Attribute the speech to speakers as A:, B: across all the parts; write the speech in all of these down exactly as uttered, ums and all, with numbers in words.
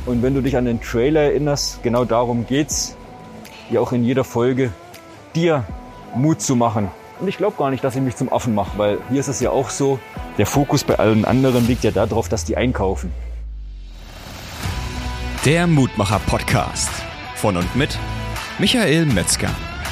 A: Und wenn du dich an den Trailer erinnerst, genau darum geht's, ja auch in jeder Folge, dir Mut zu machen. Und ich glaube gar nicht, dass ich mich zum Affen mache, weil hier ist es ja auch so, der Fokus bei allen anderen liegt ja darauf, dass die einkaufen.
B: Der Mutmacher-Podcast von und mit Michael Metzger.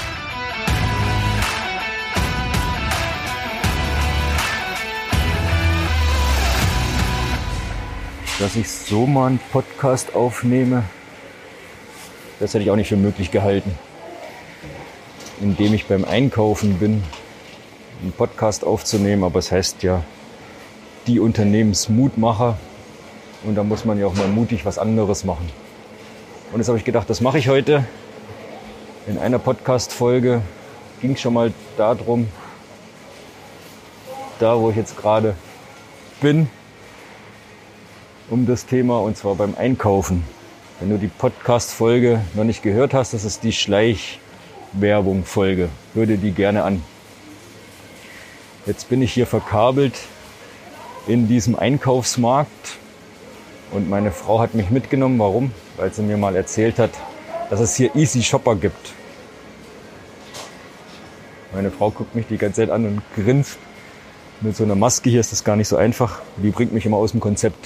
A: Dass ich so mal einen Podcast aufnehme, das hätte ich auch nicht für möglich gehalten. Indem ich beim Einkaufen bin, einen Podcast aufzunehmen, aber es heißt ja, die Unternehmensmutmacher. Und da muss man ja auch mal mutig was anderes machen. Und jetzt habe ich gedacht, das mache ich heute. In einer Podcast-Folge ging es schon mal darum, da wo ich jetzt gerade bin, um das Thema, und zwar beim Einkaufen. Wenn du die Podcast-Folge noch nicht gehört hast, das ist die Schleichwerbung-Folge. Hör dir die gerne an. Jetzt bin ich hier verkabelt in diesem Einkaufsmarkt und meine Frau hat mich mitgenommen. Warum? Weil sie mir mal erzählt hat, dass es hier Easy Shopper gibt. Meine Frau guckt mich die ganze Zeit an und grinst. Mit so einer Maske hier ist das gar nicht so einfach. Die bringt mich immer aus dem Konzept.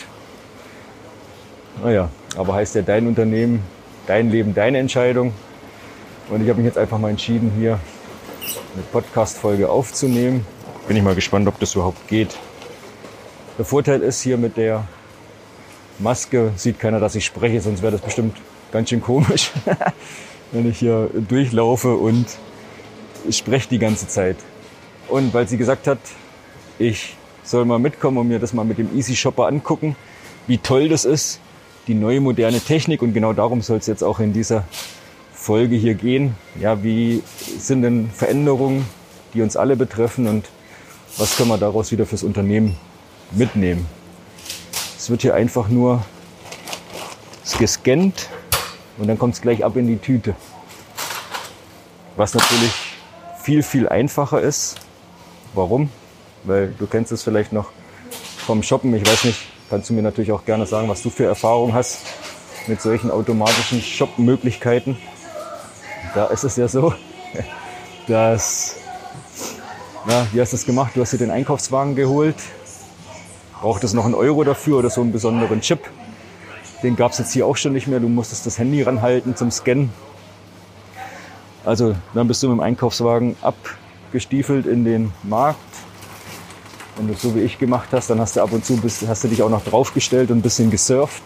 A: Naja, aber heißt ja dein Unternehmen, dein Leben, deine Entscheidung. Und ich habe mich jetzt einfach mal entschieden, hier eine Podcast-Folge aufzunehmen. Bin ich mal gespannt, ob das überhaupt geht. Der Vorteil ist, hier mit der Maske sieht keiner, dass ich spreche, sonst wäre das bestimmt ganz schön komisch, wenn ich hier durchlaufe und spreche die ganze Zeit. Und weil sie gesagt hat, ich soll mal mitkommen und mir das mal mit dem Easy Shopper angucken, wie toll das ist, die neue moderne Technik, und genau darum soll es jetzt auch in dieser Folge hier gehen. Ja, wie sind denn Veränderungen, die uns alle betreffen, und was können wir daraus wieder fürs Unternehmen mitnehmen? Es wird hier einfach nur gescannt und dann kommt es gleich ab in die Tüte. Was natürlich viel, viel einfacher ist. Warum? Weil du kennst es vielleicht noch vom Shoppen. Ich weiß nicht, kannst du mir natürlich auch gerne sagen, was du für Erfahrung hast mit solchen automatischen Shop-Möglichkeiten. Da ist es ja so, dass, ja, wie hast du das gemacht? Du hast dir den Einkaufswagen geholt. Braucht es noch einen Euro dafür oder so einen besonderen Chip? Den gab es jetzt hier auch schon nicht mehr. Du musstest das Handy ranhalten zum Scannen. Also dann bist du mit dem Einkaufswagen abgestiefelt in den Markt. Wenn du es so wie ich gemacht hast, dann hast du ab und zu bist, hast du dich auch noch draufgestellt und ein bisschen gesurft.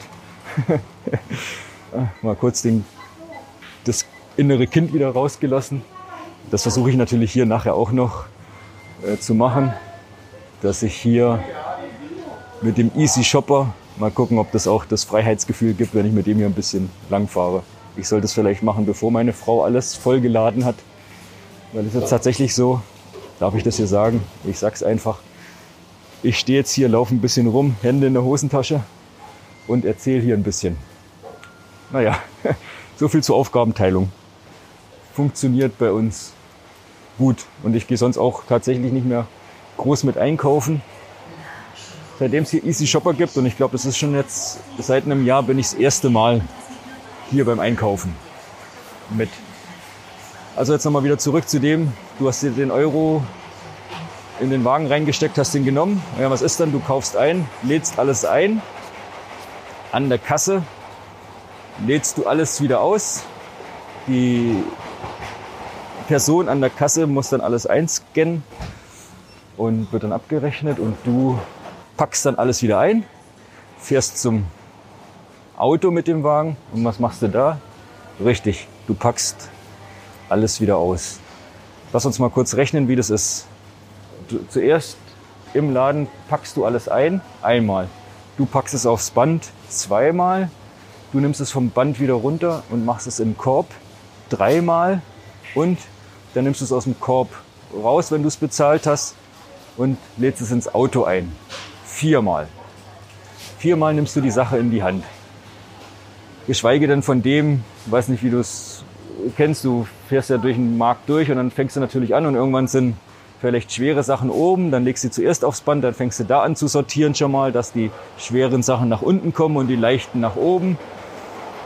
A: Mal kurz den, das innere Kind wieder rausgelassen. Das versuche ich natürlich hier nachher auch noch äh, zu machen, dass ich hier mit dem Easy Shopper mal gucken, ob das auch das Freiheitsgefühl gibt, wenn ich mit dem hier ein bisschen lang fahre. Ich sollte es vielleicht machen, bevor meine Frau alles vollgeladen hat. Weil es ist jetzt tatsächlich so, darf ich das hier sagen? Ich sag's einfach. Ich stehe jetzt hier, laufe ein bisschen rum, Hände in der Hosentasche und erzähle hier ein bisschen. Naja, so viel zur Aufgabenteilung. Funktioniert bei uns gut. Und ich gehe sonst auch tatsächlich nicht mehr groß mit einkaufen. Seitdem es hier Easy Shopper gibt, und ich glaube, das ist schon jetzt seit einem Jahr, bin ich das erste Mal hier beim Einkaufen mit. Also jetzt nochmal wieder zurück zu dem, du hast dir den Euro in den Wagen reingesteckt, hast den genommen. Ja, was ist dann? Du kaufst ein, lädst alles ein. An der Kasse lädst du alles wieder aus. Die Person an der Kasse muss dann alles einscannen und wird dann abgerechnet, und du packst dann alles wieder ein, fährst zum Auto mit dem Wagen, und was machst du da? Richtig, du packst alles wieder aus. Lass uns mal kurz rechnen, wie das ist. Du, zuerst im Laden packst du alles ein, einmal. Du packst es aufs Band, zweimal. Du nimmst es vom Band wieder runter und machst es in den Korb, dreimal. Und dann nimmst du es aus dem Korb raus, wenn du es bezahlt hast, und lädst es ins Auto ein. Viermal. Viermal nimmst du die Sache in die Hand. Geschweige denn von dem, ich weiß nicht, wie du es kennst, du fährst ja durch den Markt durch und dann fängst du natürlich an und irgendwann sind vielleicht schwere Sachen oben, dann legst du sie zuerst aufs Band, dann fängst du da an zu sortieren schon mal, dass die schweren Sachen nach unten kommen und die leichten nach oben.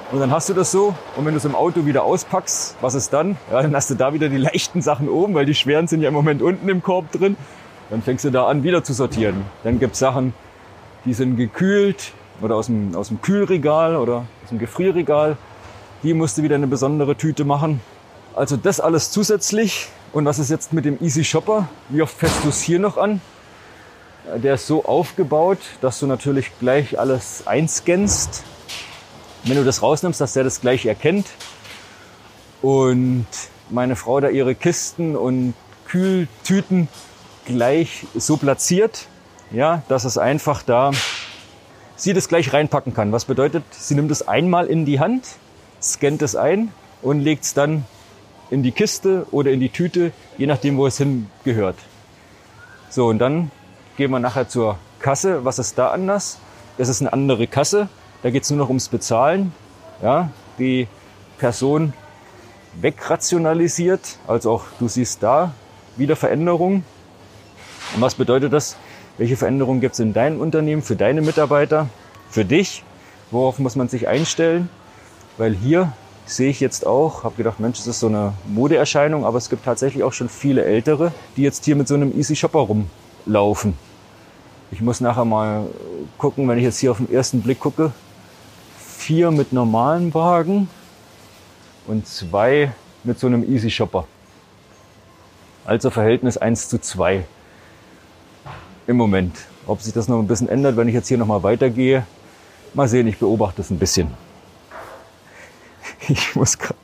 A: Und dann hast du das so. Und wenn du es im Auto wieder auspackst, was ist dann? Ja, dann hast du da wieder die leichten Sachen oben, weil die schweren sind ja im Moment unten im Korb drin. Dann fängst du da an, wieder zu sortieren. Dann gibt's Sachen, die sind gekühlt oder aus dem, aus dem Kühlregal oder aus dem Gefrierregal. Die musst du wieder eine besondere Tüte machen. Also das alles zusätzlich. Und was ist jetzt mit dem Easy Shopper? Wie oft fährst du es hier noch an? Der ist so aufgebaut, dass du natürlich gleich alles einscannst. Wenn du das rausnimmst, dass der das gleich erkennt. Und meine Frau da ihre Kisten und Kühltüten gleich so platziert, ja, dass es einfach da sie das gleich reinpacken kann. Was bedeutet, sie nimmt es einmal in die Hand, scannt es ein und legt es dann in die Kiste oder in die Tüte, je nachdem, wo es hingehört. So, und dann gehen wir nachher zur Kasse. Was ist da anders? Es ist eine andere Kasse. Da geht es nur noch ums Bezahlen. Ja, die Person wegrationalisiert. Also auch du siehst da wieder Veränderungen. Und was bedeutet das? Welche Veränderungen gibt es in deinem Unternehmen, für deine Mitarbeiter, für dich? Worauf muss man sich einstellen? Weil hier sehe ich jetzt auch, habe gedacht, Mensch, das ist so eine Modeerscheinung, aber es gibt tatsächlich auch schon viele Ältere, die jetzt hier mit so einem Easy Shopper rumlaufen. Ich muss nachher mal gucken, wenn ich jetzt hier auf den ersten Blick gucke, vier mit normalen Wagen und zwei mit so einem Easy Shopper. Also Verhältnis eins zu zwei im Moment. Ob sich das noch ein bisschen ändert, wenn ich jetzt hier nochmal weitergehe, mal sehen, ich beobachte es ein bisschen. Ich muss gerade...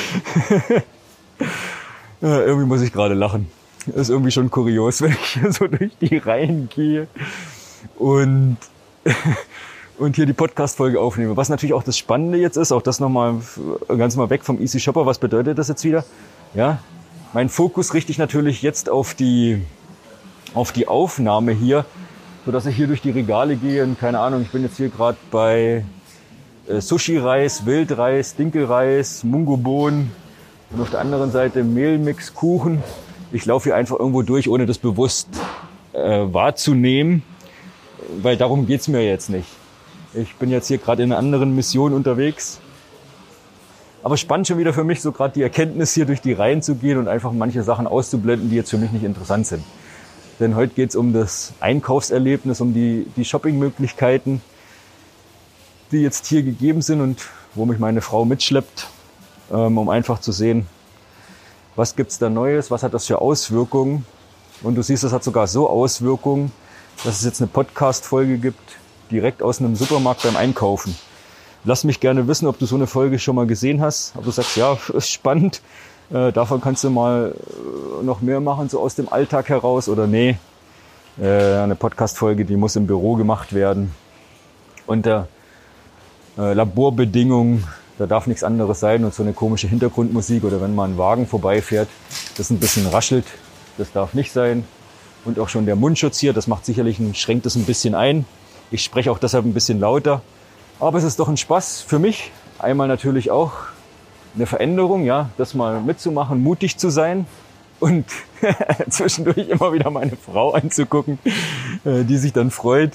A: ja, irgendwie muss ich gerade lachen. Das ist irgendwie schon kurios, wenn ich hier so durch die Reihen gehe und, und hier die Podcast-Folge aufnehme. Was natürlich auch das Spannende jetzt ist, auch das nochmal ganz mal weg vom Easy Shopper. Was bedeutet das jetzt wieder? Ja, mein Fokus richte ich natürlich jetzt auf die, auf die Aufnahme hier, sodass ich hier durch die Regale gehe und keine Ahnung, ich bin jetzt hier gerade bei äh, Sushi-Reis, Wildreis, Dinkelreis, Mungobohnen und auf der anderen Seite Mehlmix, Kuchen. Ich laufe hier einfach irgendwo durch, ohne das bewusst äh, wahrzunehmen, weil darum geht's mir jetzt nicht. Ich bin jetzt hier gerade in einer anderen Mission unterwegs. Aber spannend schon wieder für mich, so gerade die Erkenntnis, hier durch die Reihen zu gehen und einfach manche Sachen auszublenden, die jetzt für mich nicht interessant sind. Denn heute geht's um das Einkaufserlebnis, um die, die Shoppingmöglichkeiten, die jetzt hier gegeben sind und wo mich meine Frau mitschleppt, ähm, um einfach zu sehen, was gibt's da Neues, was hat das für Auswirkungen. Und du siehst, das hat sogar so Auswirkungen, dass es jetzt eine Podcast-Folge gibt, direkt aus einem Supermarkt beim Einkaufen. Lass mich gerne wissen, ob du so eine Folge schon mal gesehen hast, ob du sagst, ja, ist spannend, äh, davon kannst du mal äh, noch mehr machen, so aus dem Alltag heraus, oder nee, äh, eine Podcast-Folge, die muss im Büro gemacht werden, unter äh, Laborbedingungen, da darf nichts anderes sein und so eine komische Hintergrundmusik oder wenn mal ein Wagen vorbeifährt, das ein bisschen raschelt, das darf nicht sein. Und auch schon der Mundschutz hier, das macht sicherlich, ein, schränkt das ein bisschen ein. Ich spreche auch deshalb ein bisschen lauter. Aber es ist doch ein Spaß für mich. Einmal natürlich auch eine Veränderung, ja, das mal mitzumachen, mutig zu sein und zwischendurch immer wieder meine Frau anzugucken, die sich dann freut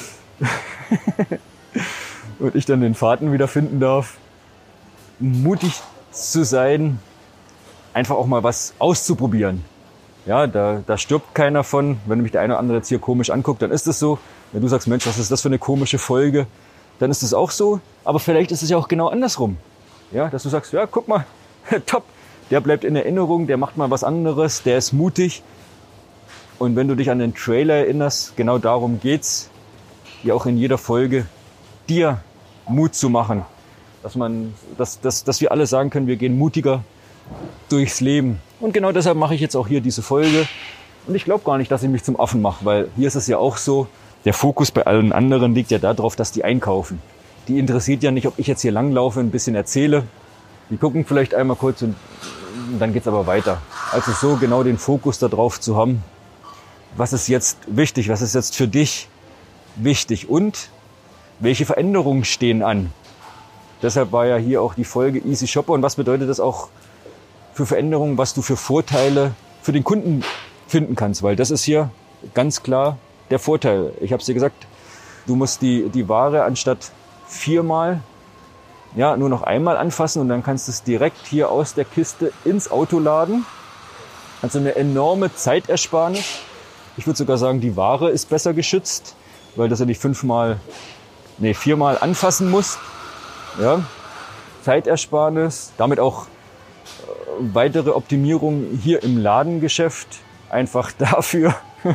A: und ich dann den Faden wieder finden darf. Mutig zu sein, einfach auch mal was auszuprobieren. Ja, da, da stirbt keiner von. Wenn mich der eine oder andere jetzt hier komisch anguckt, dann ist es so. Wenn du sagst, Mensch, was ist das für eine komische Folge, dann ist es auch so. Aber vielleicht ist es ja auch genau andersrum. Ja, dass du sagst, ja, guck mal, top, der bleibt in Erinnerung, der macht mal was anderes, der ist mutig. Und wenn du dich an den Trailer erinnerst, genau darum geht's, ja auch in jeder Folge, dir Mut zu machen. Dass man, dass, dass, dass wir alle sagen können, wir gehen mutiger durchs Leben. Und genau deshalb mache ich jetzt auch hier diese Folge. Und ich glaube gar nicht, dass ich mich zum Affen mache, weil hier ist es ja auch so, der Fokus bei allen anderen liegt ja darauf, dass die einkaufen. Die interessiert ja nicht, ob ich jetzt hier langlaufe, ein bisschen erzähle. Die gucken vielleicht einmal kurz und dann geht's aber weiter. Also so genau den Fokus darauf zu haben, was ist jetzt wichtig, was ist jetzt für dich wichtig und welche Veränderungen stehen an. Deshalb war ja hier auch die Folge Easy Shopper. Und was bedeutet das auch für Veränderungen, was du für Vorteile für den Kunden finden kannst? Weil das ist hier ganz klar der Vorteil. Ich habe es dir gesagt, du musst die, die Ware anstatt viermal Ja, nur noch einmal anfassen und dann kannst du es direkt hier aus der Kiste ins Auto laden. Also eine enorme Zeitersparnis. Ich würde sogar sagen, die Ware ist besser geschützt, weil das ja nicht fünfmal, nee, viermal anfassen musst. Ja, Zeitersparnis, damit auch äh, weitere Optimierung hier im Ladengeschäft. Einfach dafür.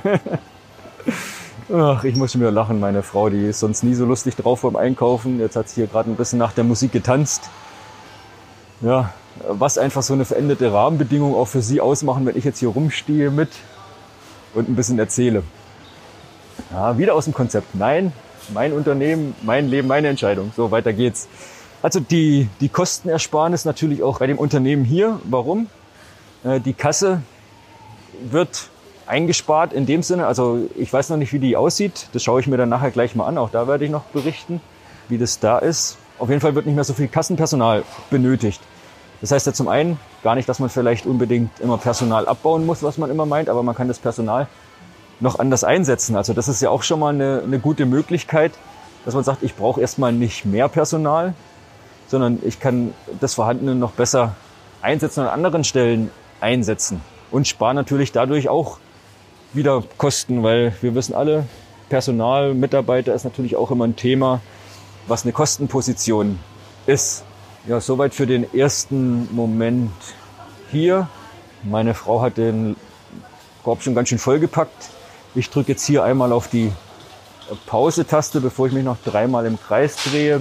A: Ach, ich muss schon wieder lachen, meine Frau, die ist sonst nie so lustig drauf beim Einkaufen. Jetzt hat sie hier gerade ein bisschen nach der Musik getanzt. Ja, was einfach so eine veränderte Rahmenbedingung auch für sie ausmachen, wenn ich jetzt hier rumstehe mit und ein bisschen erzähle. Ja, wieder aus dem Konzept. Nein, mein Unternehmen, mein Leben, meine Entscheidung. So, weiter geht's. Also die, die Kostenersparnis natürlich auch bei dem Unternehmen hier. Warum? Äh, die Kasse wird eingespart in dem Sinne, also ich weiß noch nicht, wie die aussieht. Das schaue ich mir dann nachher gleich mal an. Auch da werde ich noch berichten, wie das da ist. Auf jeden Fall wird nicht mehr so viel Kassenpersonal benötigt. Das heißt ja zum einen gar nicht, dass man vielleicht unbedingt immer Personal abbauen muss, was man immer meint, aber man kann das Personal noch anders einsetzen. Also das ist ja auch schon mal eine, eine gute Möglichkeit, dass man sagt, ich brauche erstmal nicht mehr Personal, sondern ich kann das Vorhandene noch besser einsetzen und an anderen Stellen einsetzen. Und spare natürlich dadurch auch wieder Kosten, weil wir wissen alle, Personal, Mitarbeiter ist natürlich auch immer ein Thema, was eine Kostenposition ist. Ja, soweit für den ersten Moment hier. Meine Frau hat den Korb schon ganz schön vollgepackt. Ich drücke jetzt hier einmal auf die Pause-Taste, bevor ich mich noch dreimal im Kreis drehe.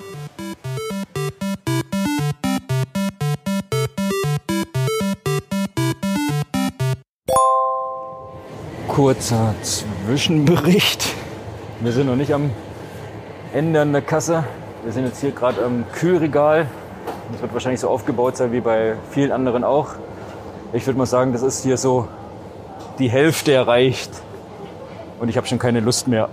A: Kurzer Zwischenbericht. Wir sind noch nicht am Ende an der Kasse. Wir sind jetzt hier gerade am Kühlregal. Das wird wahrscheinlich so aufgebaut sein wie bei vielen anderen auch. Ich würde mal sagen, das ist hier so die Hälfte erreicht. Und ich habe schon keine Lust mehr.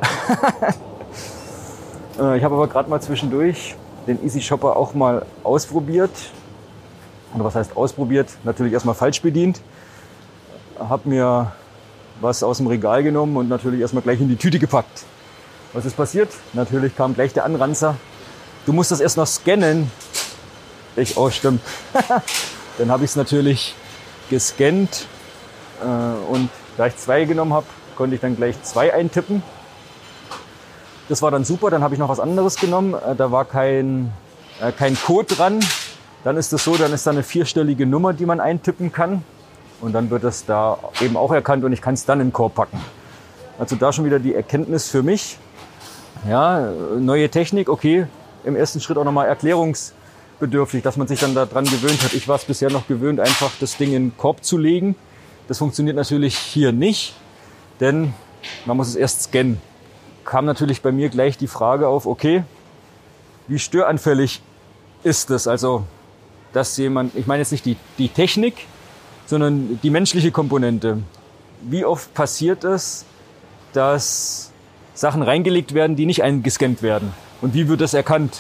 A: Ich habe aber gerade mal zwischendurch den Easy Shopper auch mal ausprobiert. Oder was heißt ausprobiert? Natürlich erstmal falsch bedient. Habe mir was aus dem Regal genommen und natürlich erstmal gleich in die Tüte gepackt. Was ist passiert? Natürlich kam gleich der Anranzer. Du musst das erst noch scannen. Ich, oh stimmt. Dann habe ich es natürlich gescannt äh, und da ich zwei genommen habe, konnte ich dann gleich zwei eintippen. Das war dann super. Dann habe ich noch was anderes genommen. Äh, da war kein, äh, kein Code dran. Dann ist es so, dann ist da eine vierstellige Nummer, die man eintippen kann. Und dann wird es da eben auch erkannt und ich kann es dann in den Korb packen. Also da schon wieder die Erkenntnis für mich. Ja, neue Technik, okay, im ersten Schritt auch nochmal erklärungsbedürftig, dass man sich dann daran gewöhnt hat. Ich war es bisher noch gewöhnt, einfach das Ding in den Korb zu legen. Das funktioniert natürlich hier nicht, denn man muss es erst scannen. Kam natürlich bei mir gleich die Frage auf, okay, wie störanfällig ist es? Also, dass jemand, ich meine jetzt nicht die, die Technik, sondern die menschliche Komponente. Wie oft passiert es, dass Sachen reingelegt werden, die nicht eingescannt werden? Und wie wird das erkannt?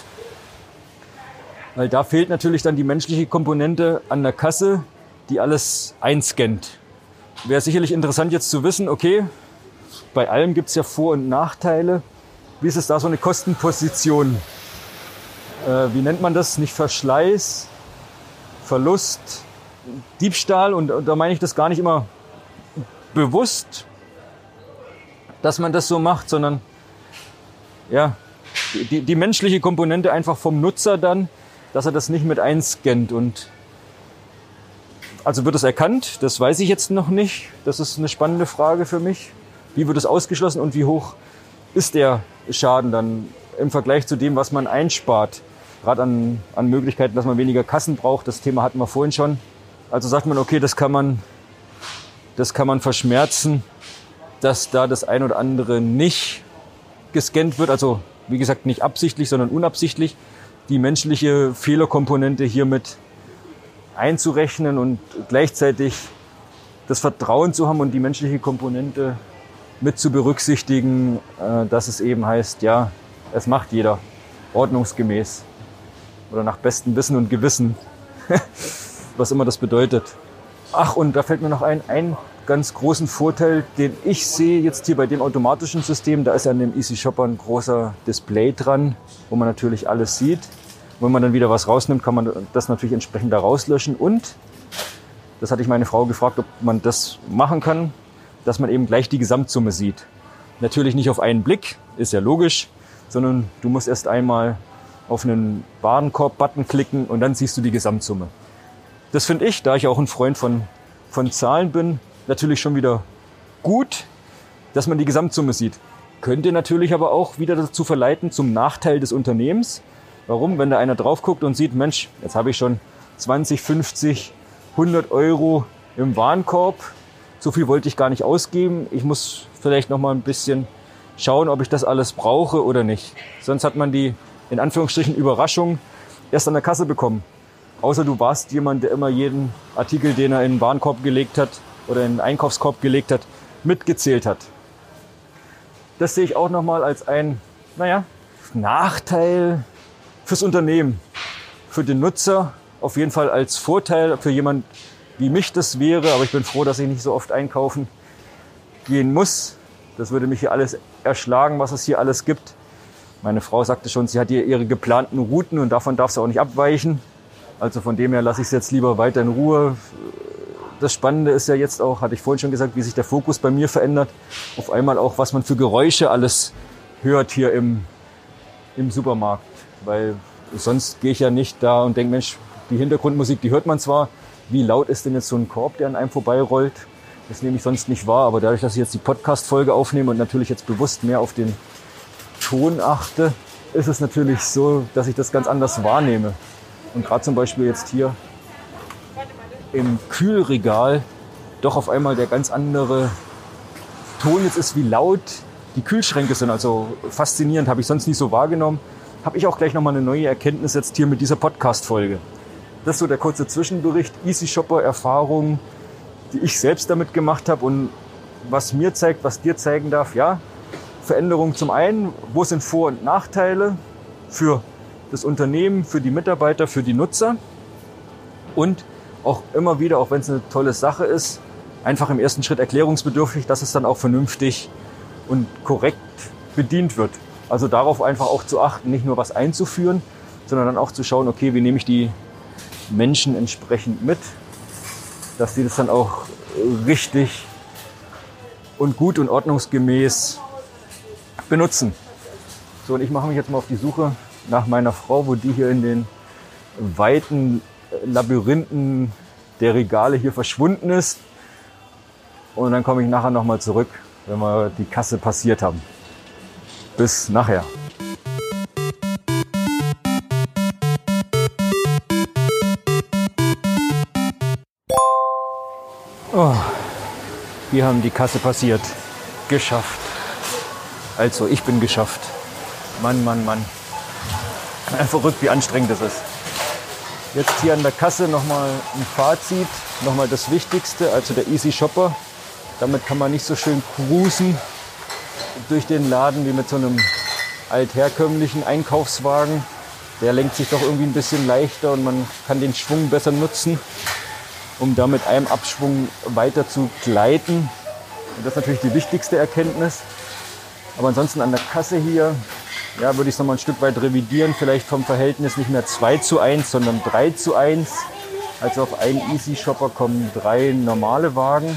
A: Weil da fehlt natürlich dann die menschliche Komponente an der Kasse, die alles einscannt. Wäre sicherlich interessant jetzt zu wissen, okay, bei allem gibt es ja Vor- und Nachteile. Wie ist es da so eine Kostenposition? Äh, wie nennt man das? Nicht Verschleiß, Verlust, Diebstahl, und, und da meine ich das gar nicht immer bewusst, dass man das so macht, sondern ja, die, die menschliche Komponente einfach vom Nutzer dann, dass er das nicht mit einscannt. Und also wird es erkannt? Das weiß ich jetzt noch nicht. Das ist eine spannende Frage für mich. Wie wird es ausgeschlossen und wie hoch ist der Schaden dann im Vergleich zu dem, was man einspart? Gerade an, an Möglichkeiten, dass man weniger Kassen braucht. Das Thema hatten wir vorhin schon. Also sagt man, okay, das kann man, das kann man verschmerzen, dass da das ein oder andere nicht gescannt wird. Also wie gesagt, nicht absichtlich, sondern unabsichtlich. Die menschliche Fehlerkomponente hiermit einzurechnen und gleichzeitig das Vertrauen zu haben und die menschliche Komponente mit zu berücksichtigen, dass es eben heißt, ja, es macht jeder ordnungsgemäß oder nach bestem Wissen und Gewissen. Was immer das bedeutet. Ach, und da fällt mir noch ein, einen ganz großen Vorteil, den ich sehe jetzt hier bei dem automatischen System. Da ist ja an dem Easy Shopper ein großer Display dran, wo man natürlich alles sieht. Wenn man dann wieder was rausnimmt, kann man das natürlich entsprechend da rauslöschen. Und, das hatte ich meine Frau gefragt, ob man das machen kann, dass man eben gleich die Gesamtsumme sieht. Natürlich nicht auf einen Blick, ist ja logisch, sondern du musst erst einmal auf einen Warenkorb-Button klicken und dann siehst du die Gesamtsumme. Das finde ich, da ich auch ein Freund von, von Zahlen bin, natürlich schon wieder gut, dass man die Gesamtsumme sieht. Könnte natürlich aber auch wieder dazu verleiten zum Nachteil des Unternehmens. Warum? Wenn da einer drauf guckt und sieht, Mensch, jetzt habe ich schon zwanzig, fünfzig, hundert Euro im Warenkorb. So viel wollte ich gar nicht ausgeben. Ich muss vielleicht noch mal ein bisschen schauen, ob ich das alles brauche oder nicht. Sonst hat man die, in Anführungsstrichen, Überraschung erst an der Kasse bekommen. Außer du warst jemand, der immer jeden Artikel, den er in den Warenkorb gelegt hat oder in den Einkaufskorb gelegt hat, mitgezählt hat. Das sehe ich auch noch mal als ein, naja, Nachteil fürs Unternehmen, für den Nutzer auf jeden Fall als Vorteil, für jemand wie mich das wäre, aber ich bin froh, dass ich nicht so oft einkaufen gehen muss. Das würde mich hier alles erschlagen, was es hier alles gibt. Meine Frau sagte schon, sie hat hier ihre geplanten Routen und davon darf sie auch nicht abweichen. Also von dem her lasse ich es jetzt lieber weiter in Ruhe. Das Spannende ist ja jetzt auch, hatte ich vorhin schon gesagt, wie sich der Fokus bei mir verändert. Auf einmal auch, was man für Geräusche alles hört hier im, im Supermarkt. Weil sonst gehe ich ja nicht da und denke, Mensch, die Hintergrundmusik, die hört man zwar. Wie laut ist denn jetzt so ein Korb, der an einem vorbeirollt? Das nehme ich sonst nicht wahr. Aber dadurch, dass ich jetzt die Podcast-Folge aufnehme und natürlich jetzt bewusst mehr auf den Ton achte, ist es natürlich so, dass ich das ganz anders wahrnehme. Und gerade zum Beispiel jetzt hier im Kühlregal doch auf einmal der ganz andere Ton jetzt ist, wie laut die Kühlschränke sind. Also faszinierend, habe ich sonst nicht so wahrgenommen. Habe ich auch gleich nochmal eine neue Erkenntnis jetzt hier mit dieser Podcast-Folge. Das ist so der kurze Zwischenbericht, Easy Shopper-Erfahrungen, die ich selbst damit gemacht habe und was mir zeigt, was dir zeigen darf. Ja, Veränderungen zum einen, wo sind Vor- und Nachteile für das Unternehmen, für die Mitarbeiter, für die Nutzer und auch immer wieder, auch wenn es eine tolle Sache ist, einfach im ersten Schritt erklärungsbedürftig, dass es dann auch vernünftig und korrekt bedient wird. Also darauf einfach auch zu achten, nicht nur was einzuführen, sondern dann auch zu schauen, okay, wie nehme ich die Menschen entsprechend mit, dass die das dann auch richtig und gut und ordnungsgemäß benutzen. So, und ich mache mich jetzt mal auf die Suche nach meiner Frau, wo die hier in den weiten Labyrinthen der Regale hier verschwunden ist. Und dann komme ich nachher nochmal zurück, wenn wir die Kasse passiert haben. Bis nachher. Oh, wir haben die Kasse passiert. Geschafft. Also, ich bin geschafft. Mann, Mann, Mann. Verrückt, wie anstrengend das ist. Jetzt hier an der Kasse nochmal ein Fazit, nochmal das Wichtigste, also der Easy Shopper. Damit kann man nicht so schön cruisen durch den Laden wie mit so einem altherkömmlichen Einkaufswagen. Der lenkt sich doch irgendwie ein bisschen leichter und man kann den Schwung besser nutzen, um da mit einem Abschwung weiter zu gleiten. Und das ist natürlich die wichtigste Erkenntnis. Aber ansonsten an der Kasse hier, ja, würde ich es nochmal ein Stück weit revidieren. Vielleicht vom Verhältnis nicht mehr zwei zu eins, sondern drei zu eins. Also auf einen Easy Shopper kommen drei normale Wagen.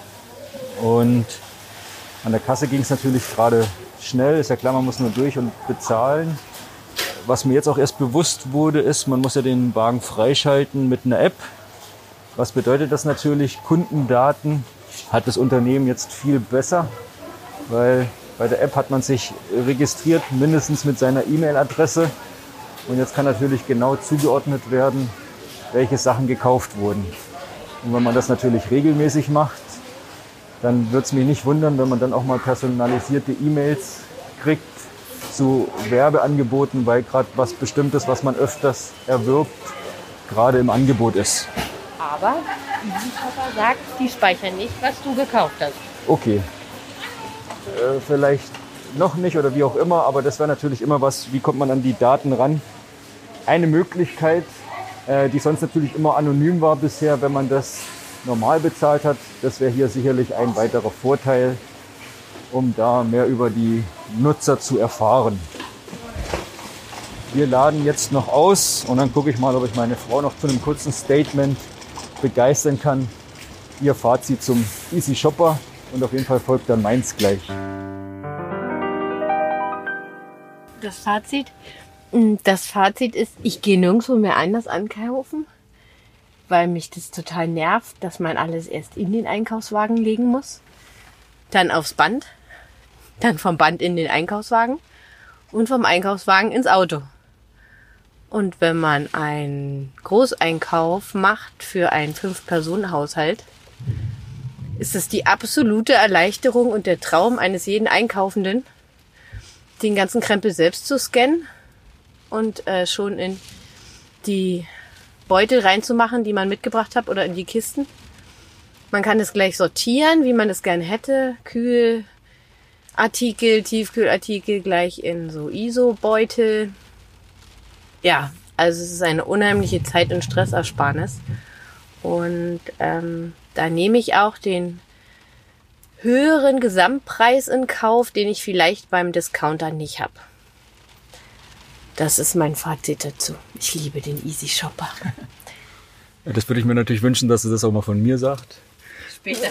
A: Und an der Kasse ging es natürlich gerade schnell. Ist ja klar, man muss nur durch und bezahlen. Was mir jetzt auch erst bewusst wurde, ist, man muss ja den Wagen freischalten mit einer App. Was bedeutet das natürlich? Kundendaten hat das Unternehmen jetzt viel besser, weil bei der App hat man sich registriert, mindestens mit seiner E-Mail-Adresse. Und jetzt kann natürlich genau zugeordnet werden, welche Sachen gekauft wurden. Und wenn man das natürlich regelmäßig macht, dann wird es mich nicht wundern, wenn man dann auch mal personalisierte E-Mails kriegt zu Werbeangeboten, weil gerade was Bestimmtes, was man öfters erwirbt, gerade im Angebot ist.
C: Aber Easy Shopper sagt, die speichern nicht, was du gekauft hast.
A: Okay. Äh, vielleicht noch nicht oder wie auch immer, aber das wäre natürlich immer was, wie kommt man an die Daten ran? Eine Möglichkeit, äh, die sonst natürlich immer anonym war bisher, wenn man das normal bezahlt hat, das wäre hier sicherlich ein weiterer Vorteil, um da mehr über die Nutzer zu erfahren. Wir laden jetzt noch aus und dann gucke ich mal, ob ich meine Frau noch zu einem kurzen Statement begeistern kann. Ihr Fazit zum Easy Shopper und auf jeden Fall folgt dann meins gleich.
C: Das Fazit? Das Fazit ist, ich gehe nirgendwo mehr anders einkaufen, weil mich das total nervt, dass man alles erst in den Einkaufswagen legen muss, dann aufs Band, dann vom Band in den Einkaufswagen und vom Einkaufswagen ins Auto. Und wenn man einen Großeinkauf macht für einen Fünf-Personen-Haushalt, ist es die absolute Erleichterung und der Traum eines jeden Einkaufenden, den ganzen Krempel selbst zu scannen und äh, schon in die Beutel reinzumachen, die man mitgebracht hat oder in die Kisten. Man kann es gleich sortieren, wie man es gerne hätte. Kühlartikel, Tiefkühlartikel gleich in so I S O-Beutel. Ja, also es ist eine unheimliche Zeit- und Stressersparnis. Und ähm, da nehme ich auch den höheren Gesamtpreis in Kauf, den ich vielleicht beim Discounter nicht habe. Das ist mein Fazit dazu. Ich liebe den Easy Shopper.
A: Das würde ich mir natürlich wünschen, dass du das auch mal von mir sagt.
C: Später.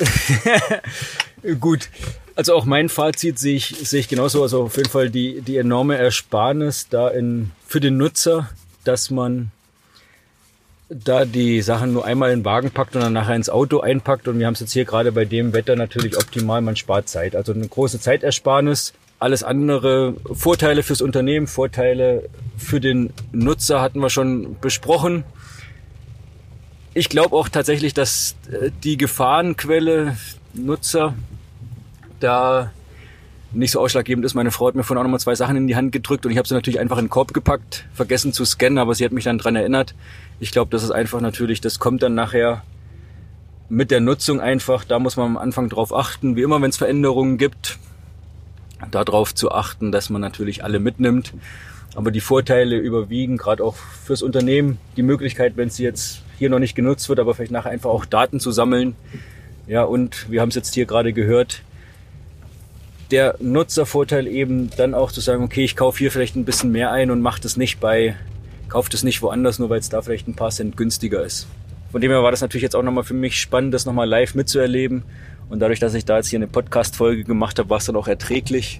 A: Gut, also auch mein Fazit sehe ich, sehe ich genauso. Also auf jeden Fall die, die enorme Ersparnis da in, für den Nutzer, dass man da die Sachen nur einmal in den Wagen packt und dann nachher ins Auto einpackt. Und wir haben es jetzt hier gerade bei dem Wetter natürlich optimal, man spart Zeit. Also eine große Zeitersparnis. Alles andere, Vorteile fürs Unternehmen, Vorteile für den Nutzer hatten wir schon besprochen. Ich glaube auch tatsächlich, dass die Gefahrenquelle Nutzer da nicht so ausschlaggebend ist. Meine Frau hat mir vorhin auch nochmal zwei Sachen in die Hand gedrückt und ich habe sie natürlich einfach in den Korb gepackt, vergessen zu scannen, aber sie hat mich dann dran erinnert. Ich glaube, das ist einfach natürlich, das kommt dann nachher mit der Nutzung einfach. Da muss man am Anfang drauf achten, wie immer, wenn es Veränderungen gibt, darauf zu achten, dass man natürlich alle mitnimmt. Aber die Vorteile überwiegen, gerade auch fürs Unternehmen. Die Möglichkeit, wenn es jetzt hier noch nicht genutzt wird, aber vielleicht nachher einfach auch Daten zu sammeln. Ja, und wir haben es jetzt hier gerade gehört, der Nutzervorteil eben dann auch zu sagen, okay, ich kaufe hier vielleicht ein bisschen mehr ein und mache das nicht bei, kaufe das nicht woanders, nur weil es da vielleicht ein paar Cent günstiger ist. Von dem her war das natürlich jetzt auch nochmal für mich spannend, das nochmal live mitzuerleben. Und dadurch, dass ich da jetzt hier eine Podcast-Folge gemacht habe, war es dann auch erträglich.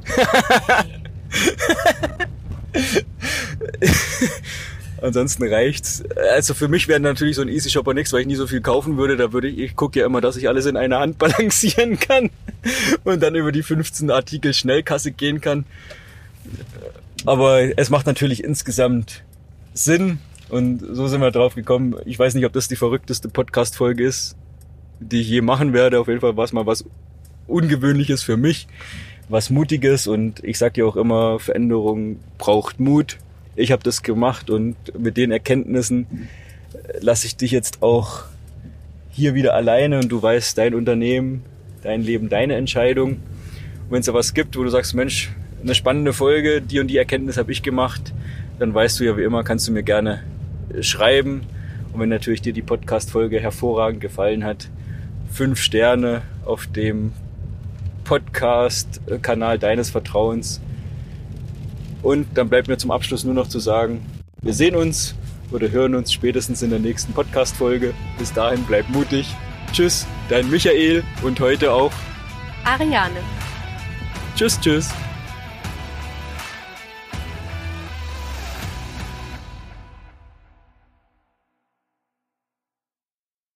A: Ansonsten reicht's. Also für mich wäre natürlich so ein Easy Shopper nichts, weil ich nie so viel kaufen würde. Da würde ich, ich gucke ja immer, dass ich alles in einer Hand balancieren kann und dann über die fünfzehn Artikel Schnellkasse gehen kann. Aber es macht natürlich insgesamt Sinn und so sind wir drauf gekommen. Ich weiß nicht, ob das die verrückteste Podcast-Folge ist, die ich je machen werde. Auf jeden Fall war es mal was Ungewöhnliches für mich, was Mutiges und ich sage ja auch immer, Veränderung braucht Mut. Ich habe das gemacht und mit den Erkenntnissen lasse ich dich jetzt auch hier wieder alleine und du weißt, dein Unternehmen, dein Leben, deine Entscheidung. Und wenn es da was gibt, wo du sagst, Mensch, eine spannende Folge, die und die Erkenntnis habe ich gemacht, dann weißt du ja wie immer, kannst du mir gerne schreiben. Und wenn natürlich dir die Podcast-Folge hervorragend gefallen hat, fünf Sterne auf dem Podcast-Kanal deines Vertrauens. Und dann bleibt mir zum Abschluss nur noch zu sagen, wir sehen uns oder hören uns spätestens in der nächsten Podcast-Folge. Bis dahin, bleib mutig. Tschüss, dein Michael und heute auch
C: Ariane.
A: Tschüss, tschüss.